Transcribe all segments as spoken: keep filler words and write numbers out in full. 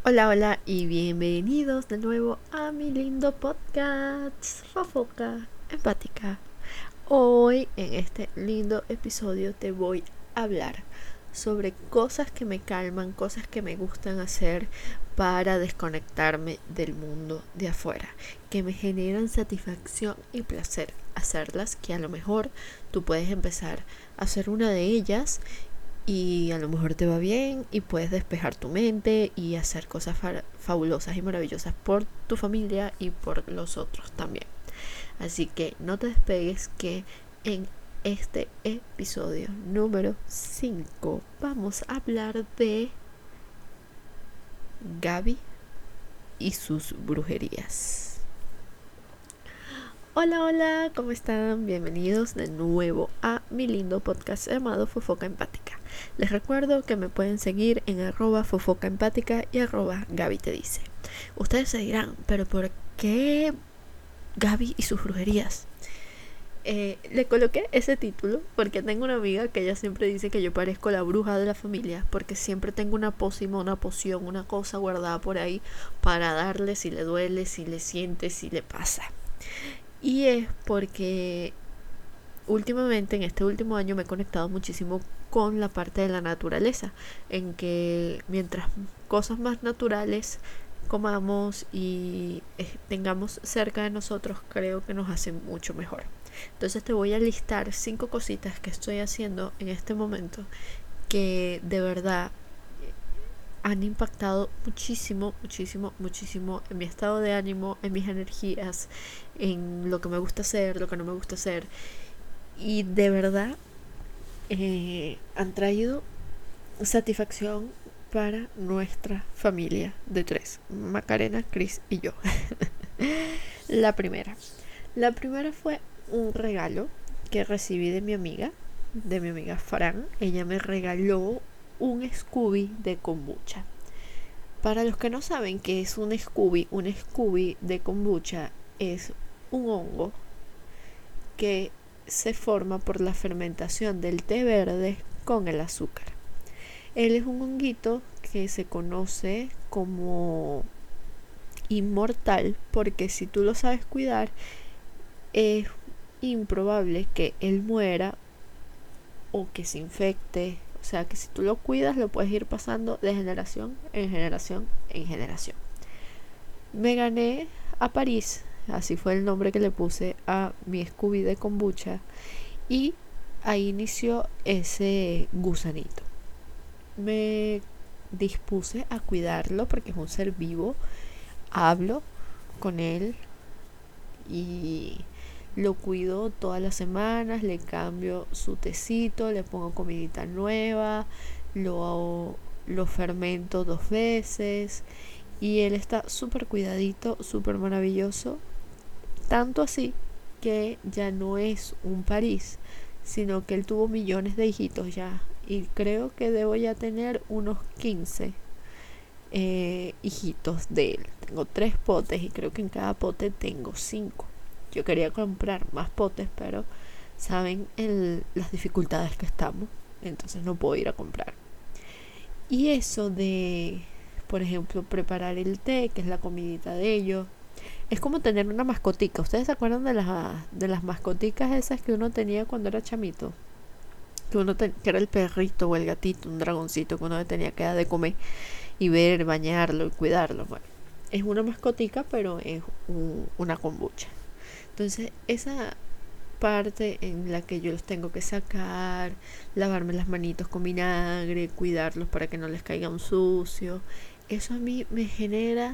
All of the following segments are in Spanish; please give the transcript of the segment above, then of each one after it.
Hola, hola y bienvenidos de nuevo a mi lindo podcast Fofoca Empática. Hoy en este lindo episodio te voy a hablar sobre cosas que me calman, cosas que me gustan hacer para desconectarme del mundo de afuera, que me generan satisfacción y placer hacerlas, que a lo mejor tú puedes empezar a hacer una de ellas y a lo mejor te va bien y puedes despejar tu mente y hacer cosas fa- fabulosas y maravillosas por tu familia y por los otros también. Así que no te despegues, que en este episodio número cinco vamos a hablar de Gaby y sus brujerías. Hola, hola, ¿cómo están? Bienvenidos de nuevo a mi lindo podcast llamado Fofoca Empática. Les recuerdo que me pueden seguir en arroba Fofoca Empática y arroba Gaby te dice. Ustedes se dirán, pero ¿por qué Gaby y sus brujerías? Eh, le coloqué ese título porque tengo una amiga que ella siempre dice que yo parezco la bruja de la familia, porque siempre tengo una pócima, una poción, una cosa guardada por ahí para darle si le duele, si le siente, si le pasa. Y es porque últimamente, en este último año, me he conectado muchísimo con la parte de la naturaleza, en que mientras cosas más naturales comamos y eh, tengamos cerca de nosotros, creo que nos hacen mucho mejor. Entonces te voy a listar cinco cositas que estoy haciendo en este momento que de verdad han impactado muchísimo, muchísimo, muchísimo en mi estado de ánimo, en mis energías, en lo que me gusta hacer, lo que no me gusta hacer. Y de verdad eh, han traído satisfacción para nuestra familia de tres: Macarena, Chris y yo. La primera. La primera fue un regalo que recibí de mi amiga, de mi amiga Fran. Ella me regaló un Scooby de kombucha. Para los que no saben qué es un Scooby, un Scooby de kombucha es un hongo que se forma por la fermentación del té verde con el azúcar. Él es un honguito que se conoce como inmortal porque si tú lo sabes cuidar es improbable que él muera o que se infecte. O sea que si tú lo cuidas lo puedes ir pasando de generación en generación en generación. Me gané a París, así fue el nombre que le puse a mi Scooby de kombucha, y ahí inició ese gusanito. Me dispuse a cuidarlo porque es un ser vivo. Hablo con él y lo cuido todas las semanas, le cambio su tecito, le pongo comidita nueva, lo, lo fermento dos veces y él está súper cuidadito, súper maravilloso. Tanto así que ya no es un París, sino que él tuvo millones de hijitos ya. Y creo que debo ya tener unos quince eh, hijitos de él. Tengo tres potes y creo que en cada pote tengo cinco. Yo quería comprar más potes, pero saben el, las dificultades que estamos. Entonces no puedo ir a comprar. Y eso de, por ejemplo, preparar el té, que es la comidita de ellos, es como tener una mascotica. ¿Ustedes se acuerdan de las, de las mascoticas esas que uno tenía cuando era chamito? Que uno te, que era el perrito o el gatito, un dragoncito que uno le tenía que dar de comer y ver, bañarlo y cuidarlo. Bueno, es una mascotica, pero es un, una kombucha. Entonces, esa parte en la que yo los tengo que sacar, lavarme las manitos con vinagre, cuidarlos para que no les caiga un sucio, eso a mí me genera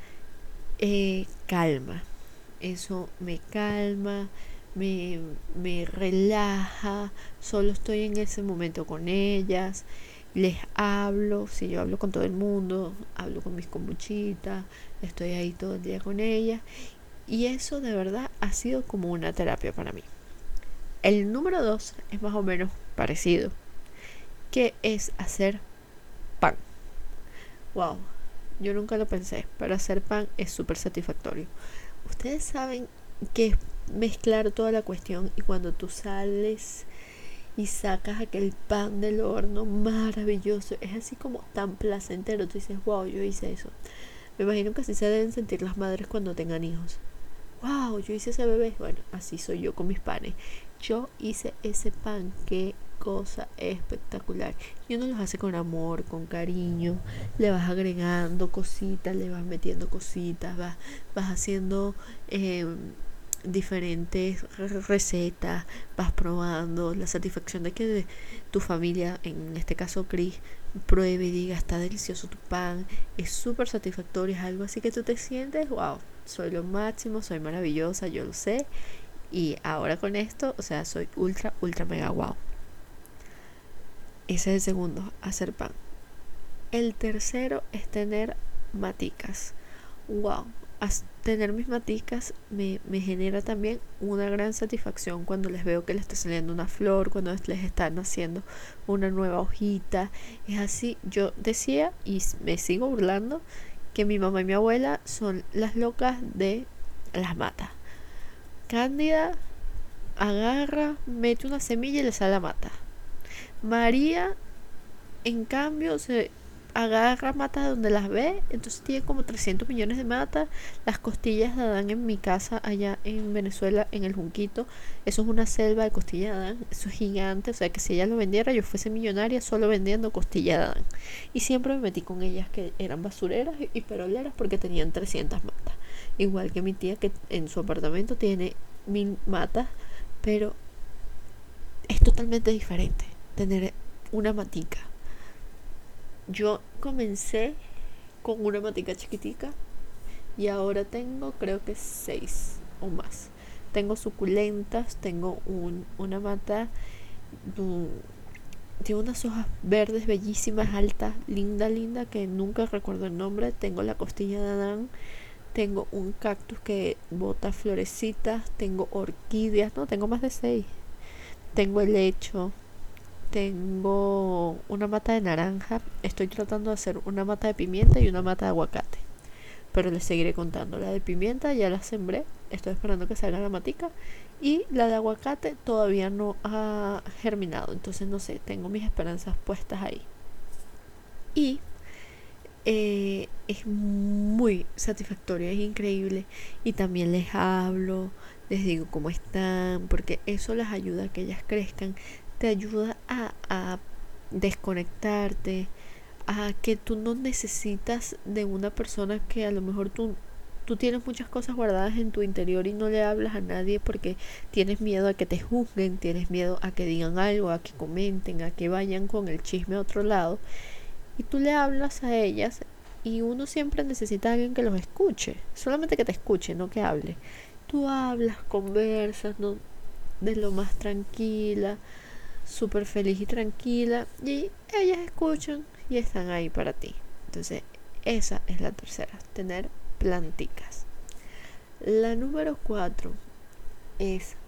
eh, calma. Eso me calma, me, me relaja, solo estoy en ese momento con ellas, les hablo, si yo hablo con todo el mundo, hablo con mis kombuchitas, estoy ahí todo el día con ellas y eso de verdad ha sido como una terapia para mí. El número dos es más o menos parecido, que es hacer pan. Wow, yo nunca lo pensé, pero hacer pan es súper satisfactorio. Ustedes saben que es mezclar toda la cuestión y cuando tú sales y sacas aquel pan del horno maravilloso. Es así como tan placentero. Tú dices, wow, yo hice eso. Me imagino que así se deben sentir las madres cuando tengan hijos. Wow, yo hice ese bebé. Bueno, así soy yo con mis panes. Yo hice ese pan, qué cosa espectacular. Y uno los hace con amor, con cariño. Le vas agregando cositas, le vas metiendo cositas, vas, vas haciendo eh, diferentes recetas, vas probando. La satisfacción de que de tu familia, en este caso Chris, pruebe y diga, está delicioso tu pan, es súper satisfactorio, es algo así que tú te sientes, wow, soy lo máximo, soy maravillosa, yo lo sé. Y ahora con esto, o sea, soy ultra, ultra mega wow. Ese es el segundo, hacer pan. El tercero es tener maticas. Wow, tener mis maticas me, me genera también una gran satisfacción cuando les veo que les está saliendo una flor, cuando les están haciendo una nueva hojita. Es así, yo decía y me sigo burlando que mi mamá y mi abuela son las locas de las matas. Cándida agarra, mete una semilla y le sale la mata. María, en cambio, se agarra matas donde las ve, entonces tiene como trescientos millones de matas. Las costillas de Adán en mi casa allá en Venezuela, en el Junquito, eso es una selva de costillas de Adán, eso es gigante, o sea que si ella lo vendiera yo fuese millonaria solo vendiendo costillas de Adán. Y siempre me metí con ellas que eran basureras y peroleras porque tenían trescientas matas, igual que mi tía que en su apartamento tiene mil matas, pero es totalmente diferente tener una matica. Yo comencé con una matica chiquitica y ahora tengo creo que seis o más. Tengo suculentas, tengo un, una mata, um, tiene unas hojas verdes bellísimas, altas, linda, linda, que nunca recuerdo el nombre. Tengo la costilla de Adán, tengo un cactus que bota florecitas, tengo orquídeas, no, tengo más de seis. Tengo helecho, tengo una mata de naranja, estoy tratando de hacer una mata de pimienta y una mata de aguacate, pero les seguiré contando. La de pimienta ya la sembré, estoy esperando que salga la matica, y la de aguacate todavía no ha germinado, entonces no sé, tengo mis esperanzas puestas ahí. Y eh, es muy satisfactorio, es increíble, y también les hablo, les digo cómo están, porque eso les ayuda a que ellas crezcan, te ayuda a, a desconectarte, a que tú no necesitas de una persona que a lo mejor tú, tú tienes muchas cosas guardadas en tu interior y no le hablas a nadie porque tienes miedo a que te juzguen, tienes miedo a que digan algo, a que comenten, a que vayan con el chisme a otro lado, y tú le hablas a ellas y uno siempre necesita a alguien que los escuche, solamente que te escuche, no que hable. Tú hablas, conversas, ¿no? De lo más tranquila, súper feliz y tranquila, y ellas escuchan y están ahí para ti. Entonces esa es la tercera, tener planticas. La número cuatro es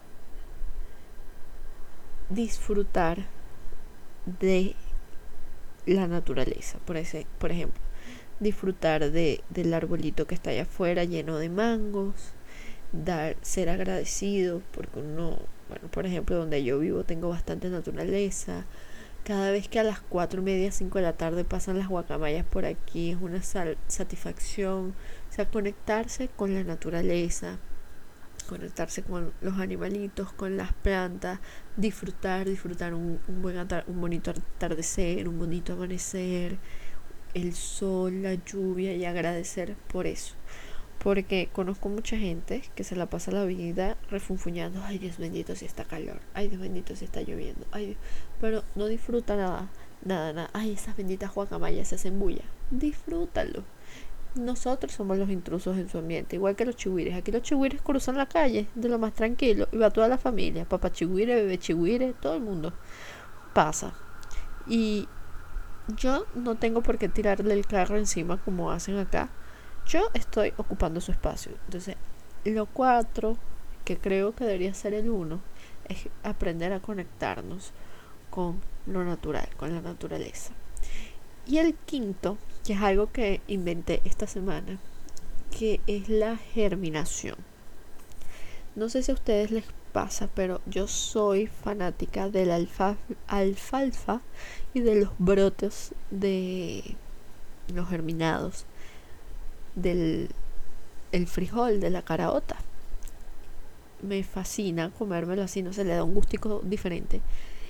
disfrutar de la naturaleza. Por, ese, por ejemplo, disfrutar de, del arbolito que está allá afuera lleno de mangos, dar, ser agradecido porque uno, bueno, por ejemplo, donde yo vivo tengo bastante naturaleza. Cada vez que a las cuatro y media, cinco de la tarde pasan las guacamayas por aquí, es una sal- satisfacción. O sea, conectarse con la naturaleza, conectarse con los animalitos, con las plantas, disfrutar, disfrutar un, un, buen atar- un bonito atardecer, un bonito amanecer, el sol, la lluvia, y agradecer por eso. Porque conozco mucha gente que se la pasa la vida refunfuñando, ay Dios bendito si está calor, ay Dios bendito si está lloviendo, ay Dios, pero no disfruta nada, nada, nada, ay esas benditas guacamayas se hacen bulla, disfrútalo. Nosotros somos los intrusos en su ambiente, igual que los chigüires. Aquí los chigüires cruzan la calle de lo más tranquilo y va toda la familia, papá chigüire, bebé chigüire, todo el mundo pasa. Y yo no tengo por qué tirarle el carro encima como hacen acá. Yo estoy ocupando su espacio. Entonces, lo cuatro, que creo que debería ser el uno, es aprender a conectarnos con lo natural, con la naturaleza. Y el quinto, que es algo que inventé esta semana, que es la germinación. No sé si a ustedes les pasa, pero yo soy fanática de la alfa- alfalfa y de los brotes de los germinados, del el frijol, de la caraota. Me fascina comérmelo así, no se le da un gustico diferente.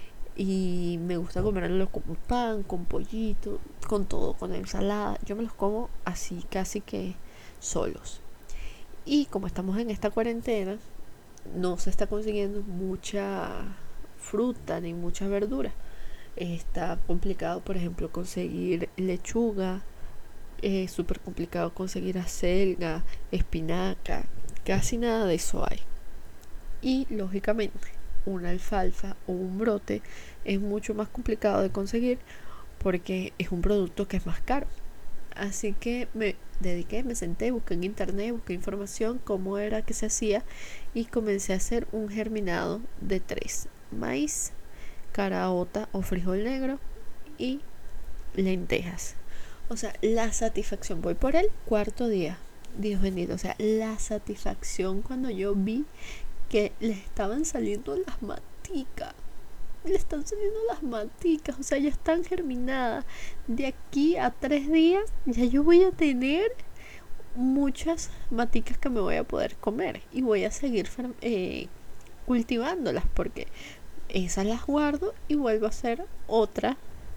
Y me gusta comérmelo con pan, con pollito, con todo, con ensalada. Yo me los como así, casi que solos. Y como estamos en esta cuarentena, no se está consiguiendo mucha fruta ni mucha verdura. Está complicado, por ejemplo, conseguir lechuga. Es súper complicado conseguir acelga, espinaca. Casi nada de eso hay. Y lógicamente, una alfalfa o un brote es mucho más complicado de conseguir porque es un producto que es más caro. Así que me dediqué, me senté, busqué en internet, busqué información, cómo era que se hacía y comencé a hacer un germinado de tres: maíz, caraota o frijol negro y lentejas. O sea, la satisfacción, voy por el cuarto día, Dios bendito, o sea, la satisfacción cuando yo vi que les estaban saliendo las maticas. Le están saliendo las maticas, o sea, ya están germinadas. De aquí a tres días ya yo voy a tener muchas maticas que me voy a poder comer y voy a seguir eh, cultivándolas porque esas las guardo y vuelvo a hacer otra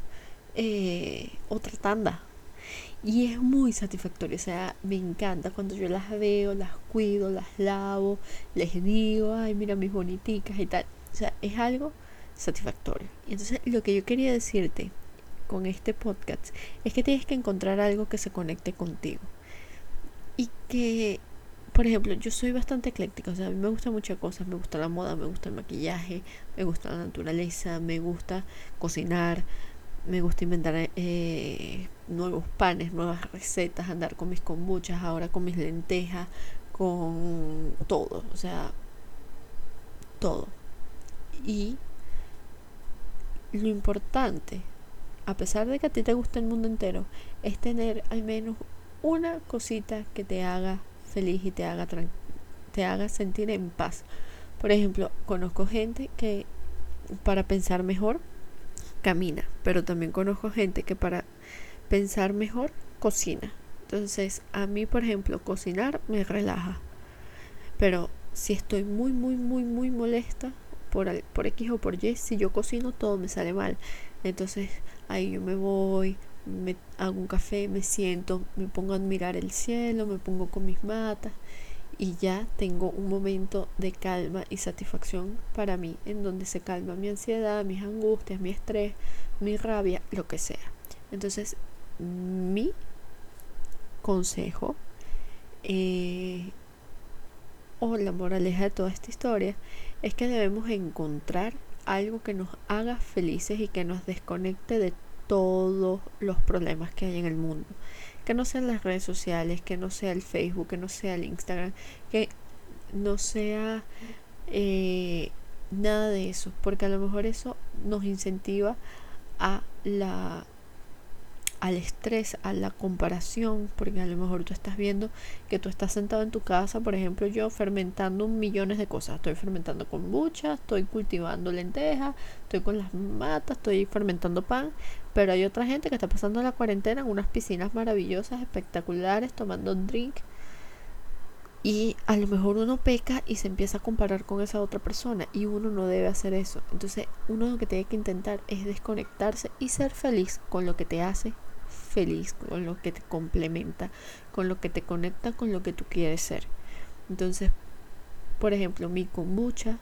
eh, otra tanda. Y es muy satisfactorio, o sea, me encanta cuando yo las veo, las cuido, las lavo, les digo, ay, mira mis boniticas y tal. O sea, es algo satisfactorio. Y entonces lo que yo quería decirte con este podcast es que tienes que encontrar algo que se conecte contigo. Y que, por ejemplo, yo soy bastante ecléctica, o sea, a mí me gustan muchas cosas, me gusta la moda, me gusta el maquillaje, me gusta la naturaleza, me gusta cocinar, me gusta inventar eh, nuevos panes, nuevas recetas, andar con mis kombuchas, ahora con mis lentejas, con todo, o sea, todo. Y lo importante, a pesar de que a ti te gusta el mundo entero, es tener al menos una cosita que te haga feliz y te haga, te haga sentir en paz. Por ejemplo, conozco gente que para pensar mejor camina, pero también conozco gente que para pensar mejor cocina. Entonces, a mí, por ejemplo, cocinar me relaja. Pero si estoy muy, muy, muy, muy molesta por, por X o por Y, si yo cocino todo me sale mal. Entonces, ahí yo me voy, me hago un café, me siento, me pongo a admirar el cielo, me pongo con mis matas y ya tengo un momento de calma y satisfacción para mí, en donde se calma mi ansiedad, mis angustias, mi estrés, mi rabia, lo que sea. Entonces, mi consejo eh, o la moraleja de toda esta historia es que debemos encontrar algo que nos haga felices y que nos desconecte de todos los problemas que hay en el mundo. Que no sean las redes sociales, que no sea el Facebook, que no sea el Instagram, que no sea eh, nada de eso, porque a lo mejor eso nos incentiva a la al estrés, a la comparación, porque a lo mejor tú estás viendo que tú estás sentado en tu casa, por ejemplo yo fermentando millones de cosas, estoy fermentando kombucha, estoy cultivando lentejas, estoy con las matas, estoy fermentando pan, pero hay otra gente que está pasando la cuarentena en unas piscinas maravillosas, espectaculares, tomando drink, y a lo mejor uno peca y se empieza a comparar con esa otra persona y uno no debe hacer eso. Entonces uno lo que tiene que intentar es desconectarse y ser feliz con lo que te hace feliz, con lo que te complementa, con lo que te conecta con lo que tú quieres ser. Entonces, por ejemplo, mi kombucha,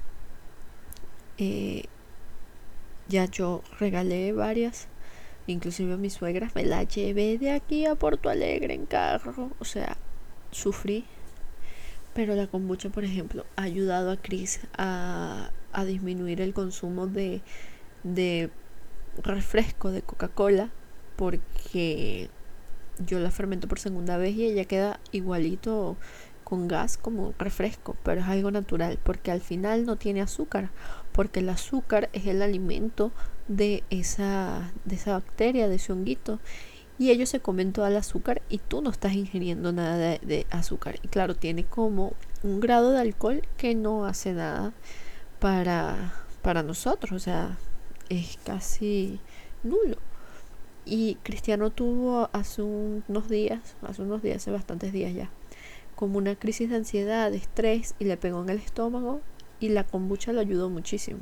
eh, ya yo regalé varias, inclusive a mi suegra me la llevé de aquí a Porto Alegre en carro, o sea, sufrí. Pero la kombucha, por ejemplo, ha ayudado a Chris a, a disminuir el consumo de, de refresco de Coca-Cola, porque yo la fermento por segunda vez y ella queda igualito con gas como refresco, pero es algo natural porque al final no tiene azúcar, porque el azúcar es el alimento de esa, de esa bacteria, de ese honguito, y ellos se comen todo el azúcar y tú no estás ingiriendo nada de, de azúcar. Y claro, tiene como un grado de alcohol que no hace nada para, para nosotros, o sea, es casi nulo. Y Cristiano tuvo hace unos días, hace unos días, hace bastantes días ya, como una crisis de ansiedad, de estrés, y le pegó en el estómago, y la kombucha le ayudó muchísimo.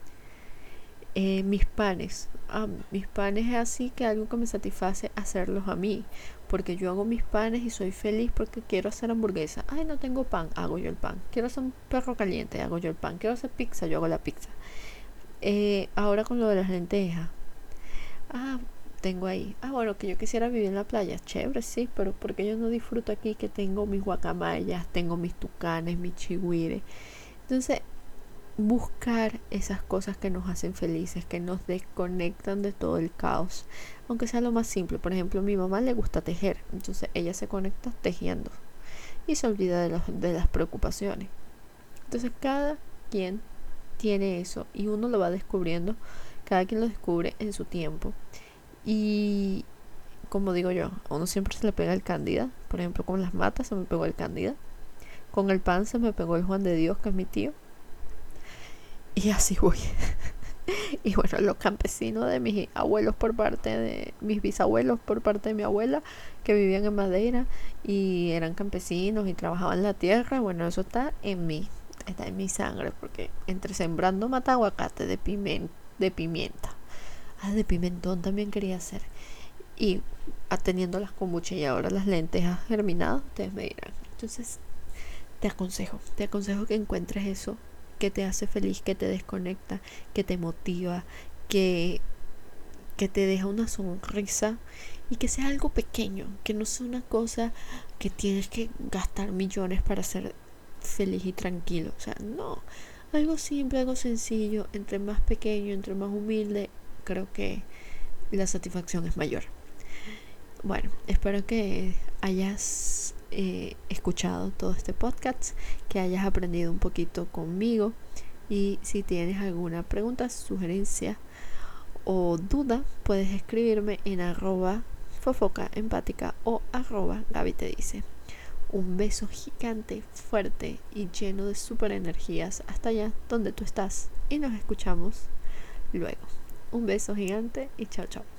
Eh, mis panes, ah, mis panes es así que algo que me satisface hacerlos a mí, porque yo hago mis panes y soy feliz porque quiero hacer hamburguesa. Ay, no tengo pan, hago yo el pan. Quiero hacer un perro caliente, hago yo el pan. Quiero hacer pizza, yo hago la pizza. Eh, ahora con lo de las lentejas, ah, tengo ahí, ah, bueno, que yo quisiera vivir en la playa, chévere, sí, pero porque yo no disfruto aquí que tengo mis guacamayas, tengo mis tucanes, mis chigüires. Entonces, buscar esas cosas que nos hacen felices, que nos desconectan de todo el caos, aunque sea lo más simple. Por ejemplo, a mi mamá le gusta tejer, entonces ella se conecta tejiendo y se olvida de, los, de las preocupaciones. Entonces cada quien tiene eso y uno lo va descubriendo, cada quien lo descubre en su tiempo. Y como digo yo, a uno siempre se le pega el cándida. Por ejemplo, con las matas se me pegó el cándida, con el pan se me pegó el Juan de Dios, que es mi tío, y así voy. Y bueno, los campesinos de mis abuelos por parte de mis bisabuelos por parte de mi abuela, que vivían en Madeira y eran campesinos y trabajaban la tierra, bueno, eso está en mí, está en mi sangre, porque entre sembrando mata aguacate de pimienta, de pimienta, ah, de pimentón también quería hacer, y atendiendo las kombucha y ahora las lentejas germinadas, ustedes me dirán. Entonces te aconsejo, te aconsejo que encuentres eso que te hace feliz, que te desconecta, que te motiva, que, que te deja una sonrisa, y que sea algo pequeño, que no sea una cosa que tienes que gastar millones para ser feliz y tranquilo. O sea, no, algo simple, algo sencillo, entre más pequeño, entre más humilde, creo que la satisfacción es mayor. Bueno, espero que hayas eh, escuchado todo este podcast, que hayas aprendido un poquito conmigo, y si tienes alguna pregunta, sugerencia o duda, puedes escribirme en arroba fofoca empática o arroba Gaby te dice. Un beso gigante, fuerte y lleno de super energías hasta allá donde tú estás, y nos escuchamos luego. Un beso gigante y chao chao.